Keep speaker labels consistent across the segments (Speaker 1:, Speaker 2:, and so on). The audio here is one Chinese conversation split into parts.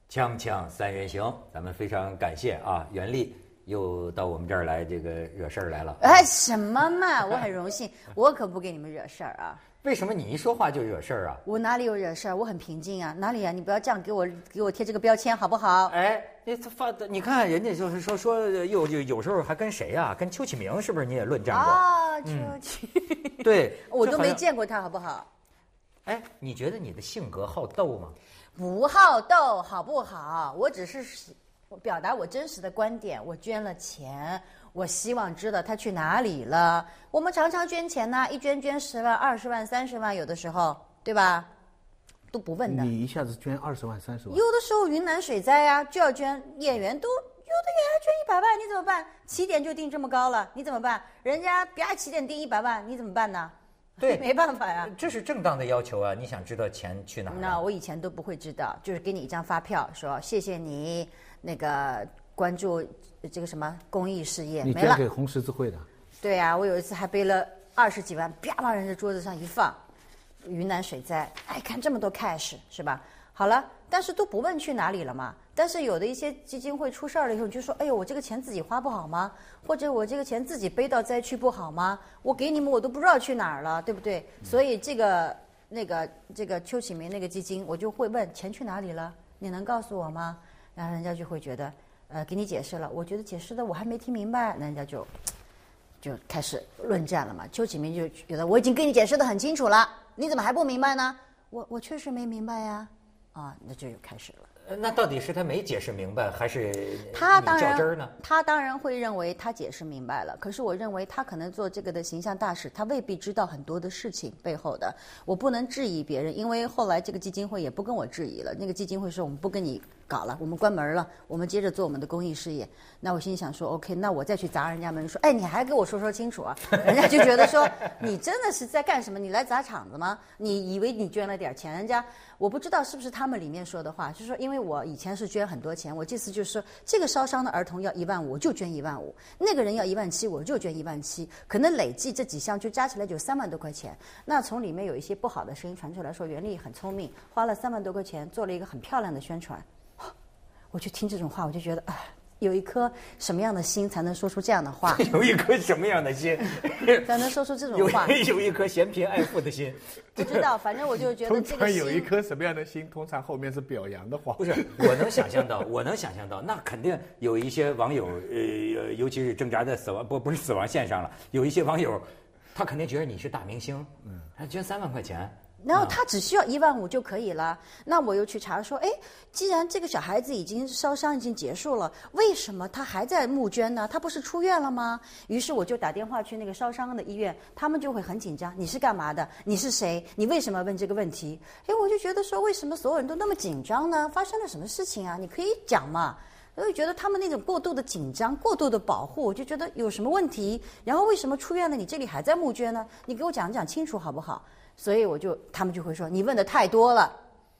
Speaker 1: 锵锵三人行，咱们非常感谢啊，袁立又到我们这儿来，这个惹事儿来了。
Speaker 2: 哎，什么嘛，我很荣幸，我可不给你们惹事儿啊。
Speaker 1: 为什么你一说话就惹事儿啊？
Speaker 2: 我哪里有惹事儿？我很平静啊，哪里啊？你不要这样给我贴这个标签好不好？
Speaker 1: 哎，你看人家就是说有时候还跟谁啊？跟邱启明是不是你也论战过？
Speaker 2: 啊，邱启，
Speaker 1: 对，
Speaker 2: 我都没见过他，好不好？
Speaker 1: 哎，你觉得你的性格好斗吗？
Speaker 2: 不好斗，好不好？我只是表达我真实的观点。我捐了钱，我希望知道他去哪里了。我们常常捐钱呢，一捐10万、20万、30万，有的时候，对吧？都不问的。
Speaker 3: 你一下子捐20万、30万？
Speaker 2: 有的时候云南水灾啊，就要捐，演员都有的演员捐100万，你怎么办？起点就定这么高了，你怎么办？人家啪起点定100万，你怎么办呢？
Speaker 1: 对，
Speaker 2: 没办法呀，
Speaker 1: 这是正当的要求啊！你想知道钱去哪儿？
Speaker 2: 那我以前都不会知道，就是给你一张发票，说谢谢你那个关注这个什么公益事业，
Speaker 3: 你
Speaker 2: 没了。
Speaker 3: 捐给红十字会的？
Speaker 2: 对啊，我有一次还背了20几万，啪往人家桌子上一放，云南水灾，哎，看这么多 cash 是吧？好了，但是都不问去哪里了嘛。但是有的一些基金会出事儿了以后，你就说，哎呦，我这个钱自己花不好吗？或者我这个钱自己背到灾区不好吗？我给你们，我都不知道去哪儿了，对不对？所以这个邱启明那个基金，我就会问钱去哪里了？你能告诉我吗？然后人家就会觉得，给你解释了，我觉得解释的我还没听明白，那人家就开始论战了嘛。邱启明就觉得我已经跟你解释的很清楚了，你怎么还不明白呢？我确实没明白呀，啊，那就开始了。
Speaker 1: 那到底是他没解释明白，还是你
Speaker 2: 他当然
Speaker 1: 较真儿呢？
Speaker 2: 他当然会认为他解释明白了，可是我认为他可能做这个的形象大使，他未必知道很多的事情背后的。我不能质疑别人，因为后来这个基金会也不跟我质疑了。那个基金会说我们不跟你搞了，我们关门了，我们接着做我们的公益事业。那我心里想说 ，OK， 那我再去砸人家门说，哎，你还给我说清楚啊？人家就觉得说你真的是在干什么？你来砸场子吗？你以为你捐了点钱，人家我不知道是不是他们里面说的话，就是说因为我以前是捐很多钱，我这次就是说这个烧伤的儿童要1万5，我就捐1万5；那个人要17000，我就捐17000，可能累计这几项就加起来就3万多块钱。那从里面有一些不好的声音传出来说，袁立很聪明，花了3万多块钱做了一个很漂亮的宣传。我就听这种话，我就觉得，有一颗什么样的心才能说出这样的话？
Speaker 1: 有一颗什么样的心，
Speaker 2: 才能说出这种话？
Speaker 1: 有一颗嫌贫爱富的心。
Speaker 2: 不知道，反正我就觉得这个心
Speaker 3: 有一颗什么样的心，通常后面是表扬的话。
Speaker 1: 不是，我能想象到，那肯定有一些网友，尤其是挣扎在死亡不是死亡线上了，有一些网友，他肯定觉得你是大明星，他捐3万块钱。
Speaker 2: 然后他只需要1万5就可以了。那我又去查说，哎，既然这个小孩子已经烧伤已经结束了，为什么他还在募捐呢？他不是出院了吗？于是我就打电话去那个烧伤的医院，他们就会很紧张，你是干嘛的？你是谁？你为什么问这个问题？哎，我就觉得说，为什么所有人都那么紧张呢？发生了什么事情啊？你可以讲嘛。我就觉得他们那种过度的紧张、过度的保护，我就觉得有什么问题。然后为什么出院了，你这里还在募捐呢？你给我讲清楚好不好？所以他们就会说你问的太多了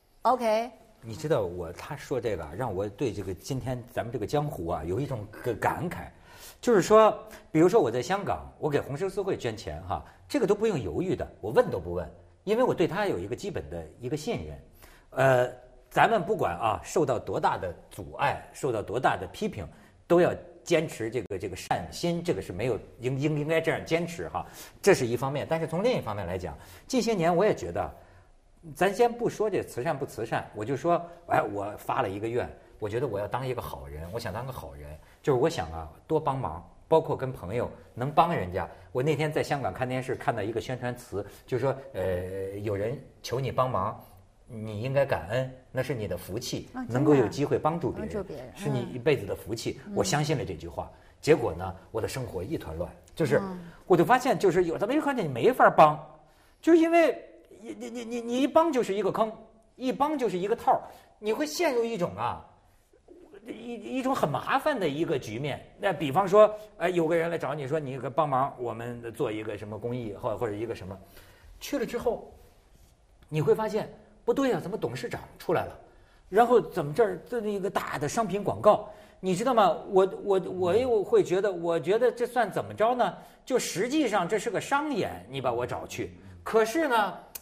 Speaker 2: ，OK。
Speaker 1: 你知道他说这个让我对这个今天咱们这个江湖啊有一种感慨，就是说，比如说我在香港，我给红十字会捐钱哈，这个都不用犹豫的，我问都不问，因为我对他有一个基本的一个信任。咱们不管啊受到多大的阻碍，受到多大的批评，都要坚持这个善心，这个是没有应该这样坚持哈，这是一方面。但是从另一方面来讲，近些年我也觉得，咱先不说这慈善不慈善，我就说，哎，我发了一个愿，我觉得我要当一个好人，我想当个好人，就是我想啊多帮忙，包括跟朋友能帮人家。我那天在香港看电视看到一个宣传词，就是说有人求你帮忙，你应该感恩，那是你的福气，能够有机会帮助别人，是你一辈子的福气。我相信了这句话，结果呢，我的生活一团乱，就是我就发现，就是有这么一环节你没法帮，就是因为你一帮就是一个坑，一帮就是一个套，你会陷入一种一种很麻烦的一个局面。那比方说，有个人来找你说你帮忙，我们做一个什么公益或者一个什么，去了之后，你会发现。不对啊，怎么董事长出来了？然后怎么这儿的那个大的商品广告，你知道吗？我又会觉得，我觉得这算怎么着呢？就实际上这是个商演，你把我找去。可是呢，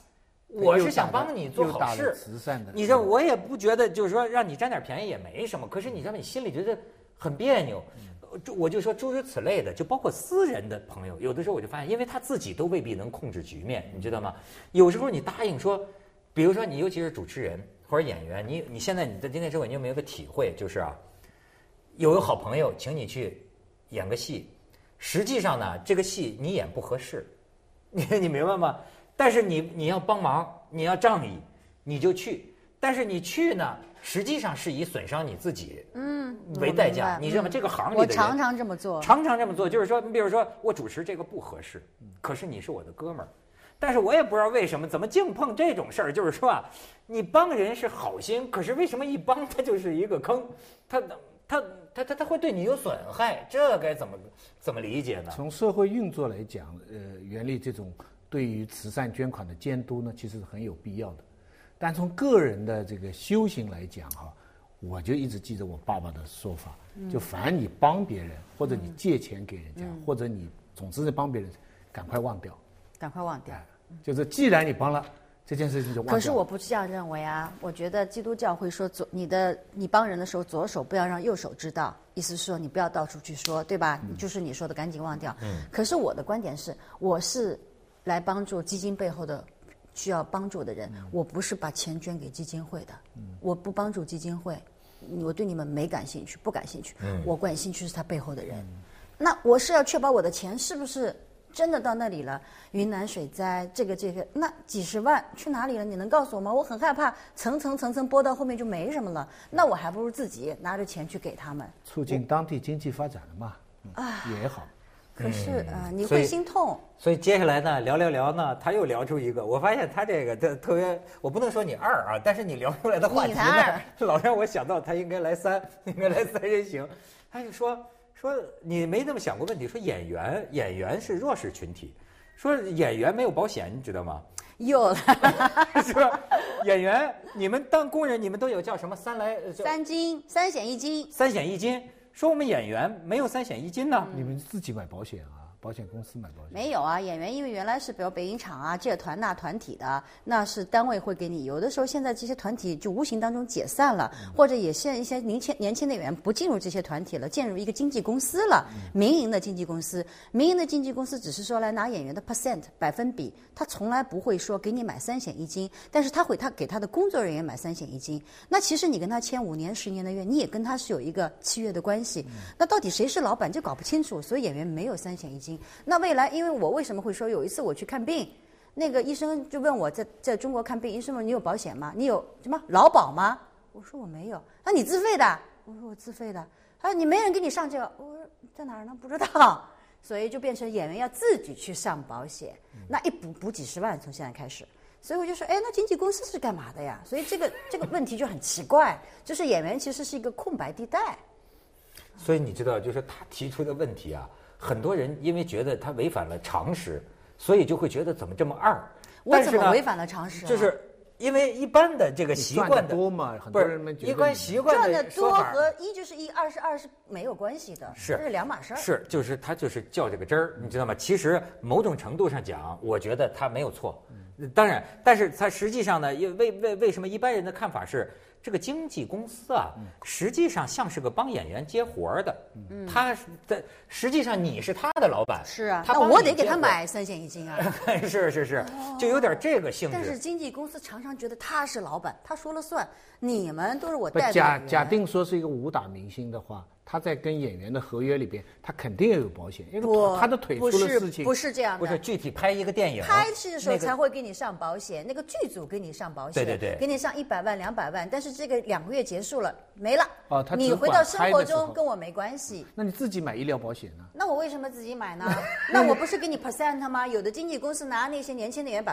Speaker 1: 我是想帮你做好事，
Speaker 3: 慈善的。
Speaker 1: 你知道，我也不觉得就是说让你占点便宜也没什么，可是你知道你心里觉得很别扭。我就说诸如此类的，就包括私人的朋友，有的时候我就发现，因为他自己都未必能控制局面，你知道吗？有时候你答应说，比如说你尤其是主持人或者演员，你现在你在今天社会，你有没有个体会，就是啊，有个好朋友请你去演个戏，实际上呢，这个戏你演不合适，你明白吗？但是你要帮忙，你要仗义，你就去。但是你去呢，实际上是以损伤你自己为代价，你知道吗？这个行里的人
Speaker 2: 我常常这么做，
Speaker 1: 就是说，你比如说我主持这个不合适，可是你是我的哥们儿，但是我也不知道为什么，怎么净碰这种事儿？就是说啊，你帮人是好心，可是为什么一帮他就是一个坑？他会对你有损害，这该怎么理解呢？
Speaker 3: 从社会运作来讲，袁立这种对于慈善捐款的监督呢，其实是很有必要的。但从个人的这个修行来讲哈，我就一直记得我爸爸的说法，就凡你帮别人，或者你借钱给人家，或者你总之是帮别人，赶快忘掉，
Speaker 2: 赶快忘掉。
Speaker 3: 就是既然你帮了这件事情就忘掉。
Speaker 2: 可是我不是这样认为啊，我觉得基督教会说你帮人的时候，左手不要让右手知道，意思是说你不要到处去说，对吧？就是你说的赶紧忘掉。可是我的观点是，我是来帮助基金背后的需要帮助的人，我不是把钱捐给基金会的，我不帮助基金会，我对你们没感兴趣，不感兴趣，我感兴趣是他背后的人。那我是要确保我的钱是不是真的到那里了？云南水灾这个，那几十万去哪里了？你能告诉我吗？我很害怕层层拨到后面就没什么了，那我还不如自己拿着钱去给他们，
Speaker 3: 促进当地经济发展了嘛，也好。
Speaker 2: 可是你会心痛。
Speaker 1: 所以接下来呢，聊呢，他又聊出一个，我发现他这个特别，我不能说你二啊，但是你聊出来的话题呢，老让我想到他应该来三人行。他就说你没这么想过问题，说演员是弱势群体，说演员没有保险，你知道吗？
Speaker 2: 有了，
Speaker 1: 是吧？演员，你们当工人，你们都有叫什么三险一金。说我们演员没有3险1金呢？
Speaker 3: 你们自己买保险啊？保险公司买保险？
Speaker 2: 没有啊，演员因为原来是比如北影厂啊、这团那团体的，那是单位会给你。有的时候现在这些团体就无形当中解散了，或者也现在一些年轻的演员不进入这些团体了，进入一个经纪公司了，民营的经纪公司。民营的经纪公司只是说来拿演员的百分比，他从来不会说给你买3险1金，但是他给他的工作人员买3险1金。那其实你跟他签5年、10年的约，你也跟他是有一个契约的关系。那到底谁是老板就搞不清楚，所以演员没有3险1金。那未来，因为我为什么会说有一次我去看病，那个医生就问我在中国看病，医生问你有保险吗？你有什么劳保吗？我说我没有。他说你自费的？我说我自费的。他说你没人给你上这个？我说在哪儿呢？不知道。所以就变成演员要自己去上保险，那一补几十万，从现在开始。所以我就说，那经纪公司是干嘛的呀？所以这个问题就很奇怪，就是演员其实是一个空白地带。
Speaker 1: 所以你知道，就是他提出的问题啊，很多人因为觉得他违反了常识，所以就会觉得怎么这么二。
Speaker 2: 我怎么违反了常识
Speaker 1: 就是因为一般的这个习惯的
Speaker 3: 多嘛，很多人们觉得
Speaker 1: 一般习惯
Speaker 2: 赚的多
Speaker 1: 说法
Speaker 2: 和1就是1，2是2是没有关系的，这是两码事儿。
Speaker 1: 是，就是他就是较这个真儿，你知道吗？其实某种程度上讲，我觉得他没有错。当然，但是他实际上呢，为什么一般人的看法是？这个经纪公司啊，实际上像是个帮演员接活的，他实际上你是他的老板，
Speaker 2: 是啊，那我得给他买3险1金啊，
Speaker 1: 是，就有点这个性质。
Speaker 2: 但是经纪公司常常觉得他是老板，他说了算，你们都是我带的。
Speaker 3: 假定说是一个武打明星的话，他在跟演员的合约里边，他肯定要有保险，因为他的腿出了事情。
Speaker 2: 不是这样的，
Speaker 1: 不是具体拍一个电影，
Speaker 2: 拍戏的时候才会给你上保险，那个剧组给你上保险，
Speaker 1: 对，
Speaker 2: 给你上100万、200万，但是这个2个月结束了没了，
Speaker 3: 他
Speaker 2: 你回到生活中跟我没关系。
Speaker 3: 那你自己买医疗保险呢？
Speaker 2: 那我为什么自己买呢？那我不是给你 percent 吗？有的经纪公司拿那些年轻的演员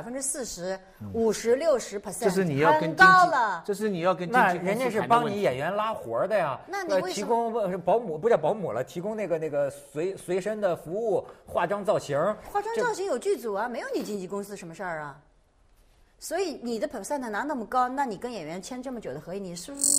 Speaker 2: 40%、50%、60%，
Speaker 3: 这是你要跟
Speaker 2: 很高了。
Speaker 3: 这是你要跟经纪公司
Speaker 1: 那人家是帮你演员拉活的呀。
Speaker 2: 那你为什么
Speaker 1: 提供保姆不叫保姆了，提供那个随身的服务、化妆造型。
Speaker 2: 化妆造型有剧组啊，没有你经纪公司什么事儿啊。所以你的 percent 拿那么高，那你跟演员签这么久的合约，你是不是？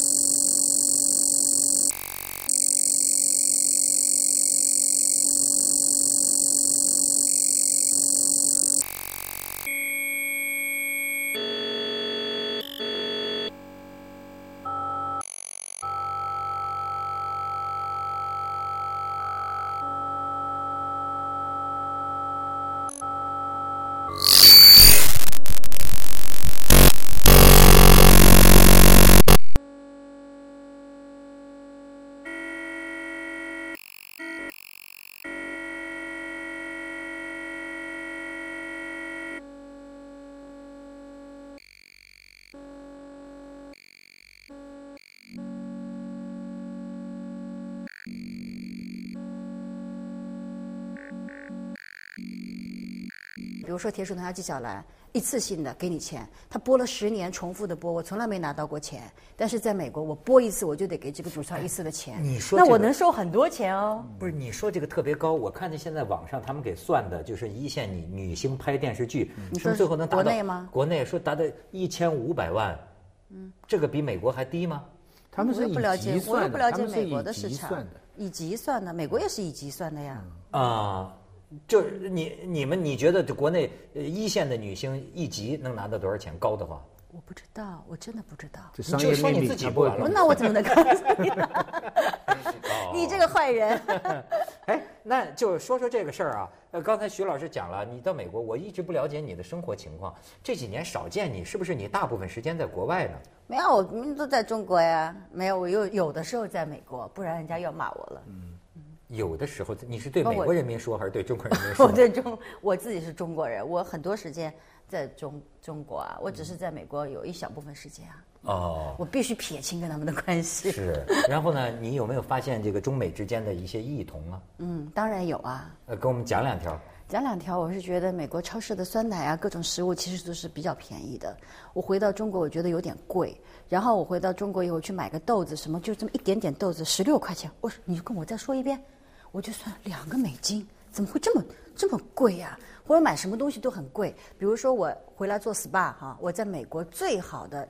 Speaker 2: 比如说铁齿铜牙纪晓岚，一次性的给你钱，他播了10年重复的播，我从来没拿到过钱。但是在美国，我播一次我就得给这个主创一次的钱。
Speaker 1: 你说、
Speaker 2: 那我能收很多钱哦。
Speaker 1: 不是你说这个特别高，我看见现在网上他们给算的，就是一线女星拍电视剧，说最后能达到
Speaker 2: 国内吗？
Speaker 1: 国内说达到1500万，这个比美国还低吗？
Speaker 3: 他们是以级算的，
Speaker 2: 我又不了解美国的市场，以级算的，美国也是以级算的呀。
Speaker 1: 就是你觉得国内一线的女星一集能拿到多少钱？高的话，
Speaker 2: 我不知道，我真的不知道。
Speaker 3: 这商业秘密，
Speaker 1: 你自己不完了？
Speaker 2: 那我怎么能告诉你呢？你这个坏人！
Speaker 1: 哎，那就说说这个事儿啊。刚才徐老师讲了，你到美国，我一直不了解你的生活情况。这几年少见你，是不是你大部分时间在国外呢？
Speaker 2: 没有，我们都在中国呀。没有，我有的时候在美国，不然人家要骂我了。
Speaker 1: 有的时候，你是对美国人民说还是对中国人民说？
Speaker 2: 我自己是中国人，我很多时间在中国啊，我只是在美国有一小部分时间啊。我必须撇清跟他们的关系。
Speaker 1: 是，然后呢，你有没有发现这个中美之间的一些异同啊？
Speaker 2: 当然有啊。
Speaker 1: 跟我们讲两条。
Speaker 2: 讲两条，我是觉得美国超市的酸奶啊，各种食物其实都是比较便宜的。我回到中国，我觉得有点贵。然后我回到中国以后去买个豆子，什么就这么一点点豆子，16块钱。我说你跟我再说一遍，我就算2个美金，怎么会这么贵呀？或者买什么东西都很贵。比如说我回来做 SPA 哈，我在美国最好的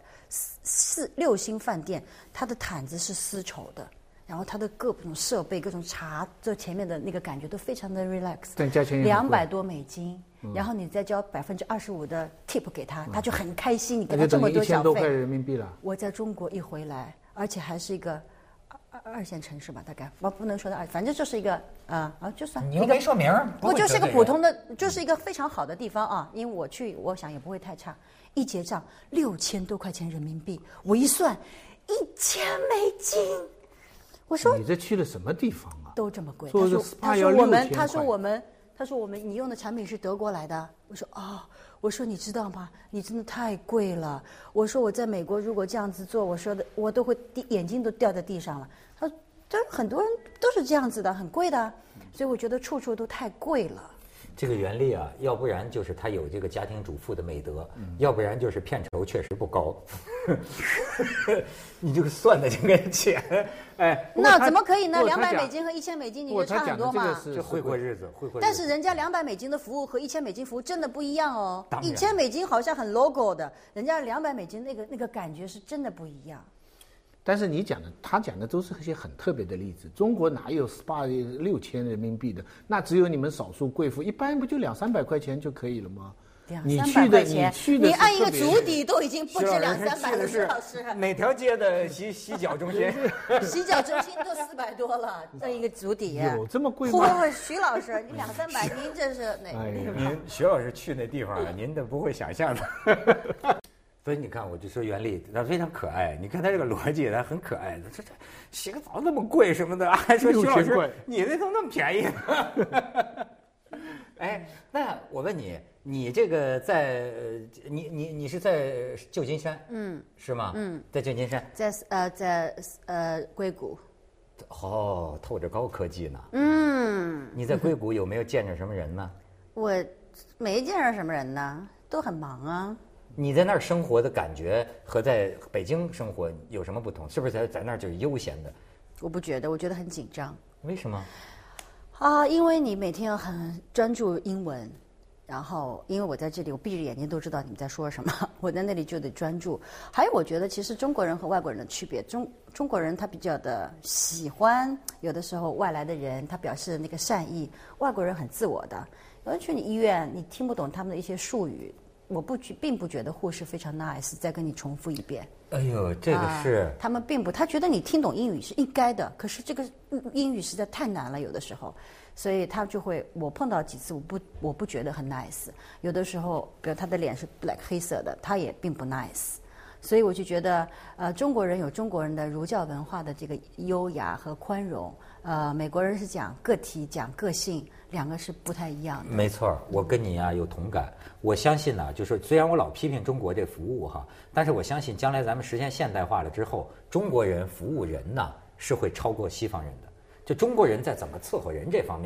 Speaker 2: 6星饭店，它的毯子是丝绸的。然后它的各种设备、各种茶，这前面的那个感觉都非常的 relax。
Speaker 3: 但价钱也很贵
Speaker 2: 200多美金，然后你再交25%的 tip 给他，他就很开心。你给他这么多小费，
Speaker 3: 1000多块人民币了。
Speaker 2: 我在中国一回来，而且还是一个2线城市吧，大概我不能说的反正就是一个就算
Speaker 1: 你又没说名，
Speaker 2: 我就是个普通的，就是一个非常好的地方啊。因为我去，我想也不会太差。一结账6000多块钱人民币，我一算1000美金。我说
Speaker 3: 你这去了什么地方啊？
Speaker 2: 都这么贵。
Speaker 3: 他
Speaker 2: 说我们你用的产品是德国来的。我说你知道吗？你真的太贵了。我说我在美国如果这样子做，我说的我都会眼睛都掉在地上了。他说这很多人都是这样子的，很贵的。所以我觉得处处都太贵了。
Speaker 1: 这个袁立啊，要不然就是他有这个家庭主妇的美德，要不然就是片酬确实不高。你这个算的这个钱，
Speaker 2: 那怎么可以呢？200美金和1000美金，你觉得差很多吗？
Speaker 1: 这会过日子，会过日子。
Speaker 2: 但是人家200美金的服务和1000美金服务真的不一样哦。1000美金好像很 logo 的，人家200美金那个感觉是真的不一样。
Speaker 3: 但是他讲的都是一些很特别的例子。中国哪有 SPA 6000人民币的？那只有你们少数贵妇，一般不就200-300块钱就可以了吗？
Speaker 2: 你去的，你按一个足底都已经不止200-300了，徐老师。
Speaker 1: 哪条街的洗脚中心？
Speaker 2: 洗脚中心都400多了，按一个足底。
Speaker 3: 有这么贵吗？
Speaker 2: 徐老师，你200-300，您这是哪个地方？
Speaker 1: 徐老师去那地方啊，您都不会想象的。所以你看，我就说袁立他非常可爱。你看他这个逻辑，他很可爱的。这洗个澡那么贵什么的，还说徐老师你那都那么便宜。哎，那我问你，你这个在你是在旧金山，是吗？在旧金山，
Speaker 2: 在硅谷。
Speaker 1: 透着高科技呢。你在硅谷有没有见着什么人呢？
Speaker 2: 我没见着什么人呢，都很忙啊。
Speaker 1: 你在那儿生活的感觉和在北京生活有什么不同？是不是在那儿就是悠闲的？
Speaker 2: 我不觉得，我觉得很紧张。
Speaker 1: 为什么？
Speaker 2: 因为你每天要很专注英文，然后因为我在这里，我闭着眼睛都知道你们在说什么，我在那里就得专注。还有，我觉得其实中国人和外国人的区别，中国人他比较的喜欢有的时候外来的人，他表示的那个善意；外国人很自我的。有人去你医院，你听不懂他们的一些术语。并不觉得护士非常 nice， 再跟你重复一遍。
Speaker 1: 哎呦，这个是
Speaker 2: 他们他觉得你听懂英语是应该的，可是这个英语实在太难了，有的时候，所以他就会，我碰到几次，我不觉得很 nice。有的时候，比如他的脸是 black 黑色的，他也并不 nice。所以我就觉得，中国人有中国人的儒教文化的这个优雅和宽容，美国人是讲个体、讲个性，两个是不太一样的。
Speaker 1: 没错，我跟你有同感。我相信呢，就是虽然我老批评中国这服务但是我相信将来咱们实现现代化了之后，中国人服务人呢是会超过西方人的。就中国人在怎么伺候人这方面呢，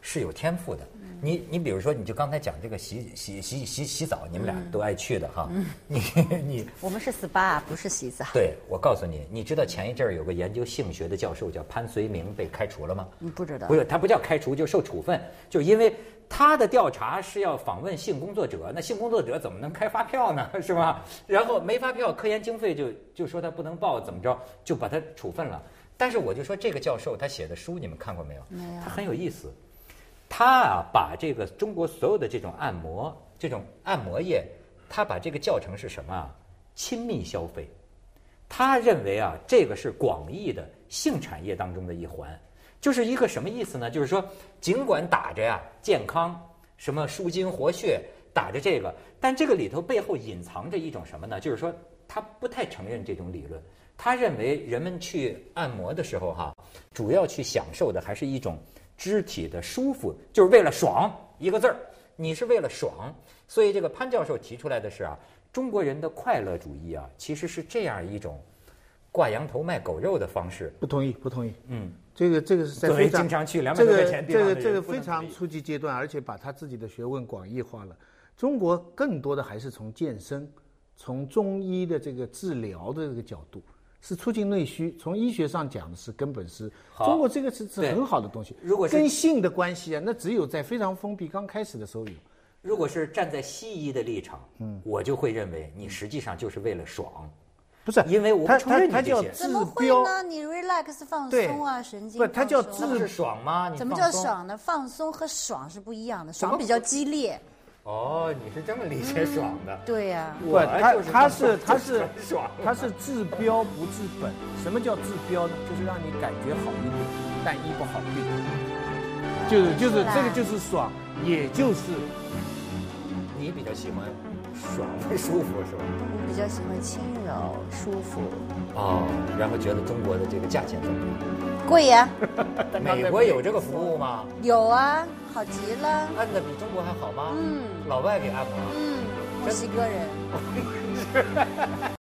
Speaker 1: 是有天赋的。你比如说，你就刚才讲这个洗澡，你们俩都爱去的哈。你
Speaker 2: 我们是 SPA 不是洗澡。
Speaker 1: 对，我告诉你，你知道前一阵儿有个研究性学的教授叫潘绥铭被开除了吗？
Speaker 2: 不知道。
Speaker 1: 不是，他不叫开除，就受处分，就是因为他的调查是要访问性工作者，那性工作者怎么能开发票呢？是吧？然后没发票，科研经费就说他不能报，怎么着，就把他处分了。但是我就说这个教授他写的书你们看过没有？
Speaker 2: 没有。
Speaker 1: 他很有意思。他啊，把这个中国所有的这种按摩业，他把这个叫成是什么啊？亲密消费。他认为啊，这个是广义的性产业当中的一环，就是一个什么意思呢？就是说，尽管打着呀健康、什么舒筋活血，打着这个，但这个里头背后隐藏着一种什么呢？就是说，他不太承认这种理论。他认为人们去按摩的时候哈，主要去享受的还是一种肢体的舒服，就是为了爽一个字儿，你是为了爽。所以这个潘教授提出来的是啊，中国人的快乐主义啊，其实是这样一种挂羊头卖狗肉的方式。
Speaker 3: 不同意。这个是在
Speaker 1: 非常经常去200多块钱地方的人，
Speaker 3: 这个非常初级阶段，而且把他自己的学问广义化了。中国更多的还是从健身、从中医的这个治疗的这个角度。是促进内需，从医学上讲是根本是中国这个是很好的东西。
Speaker 1: 如果是
Speaker 3: 跟性的关系啊，那只有在非常封闭刚开始的时候有。
Speaker 1: 如果是站在西医的立场，我就会认为你实际上就是为了爽，
Speaker 3: 不是？
Speaker 1: 因为我不承认你这些。
Speaker 2: 怎么会呢？你 relax 放松啊，神经。
Speaker 3: 不，它叫
Speaker 1: 是爽吗？
Speaker 2: 怎么叫爽呢？放松和爽是不一样的，爽比较激烈。
Speaker 1: 哦，你是这么理解爽的？
Speaker 2: 对呀。
Speaker 3: 不，它是治标不治本。什么叫治标呢？就是让你感觉好一点，但医不好病。就是这个就是爽，也就是
Speaker 1: 你比较喜欢爽和舒服是吧？
Speaker 2: 我比较喜欢轻柔舒服。
Speaker 1: 哦，然后觉得中国的这个价钱怎么样？
Speaker 2: 贵呀。
Speaker 1: 美国有这个服务吗？
Speaker 2: 有啊，好极了。
Speaker 1: 按的比中国还好吗？老外给按摩。
Speaker 2: 墨西哥人。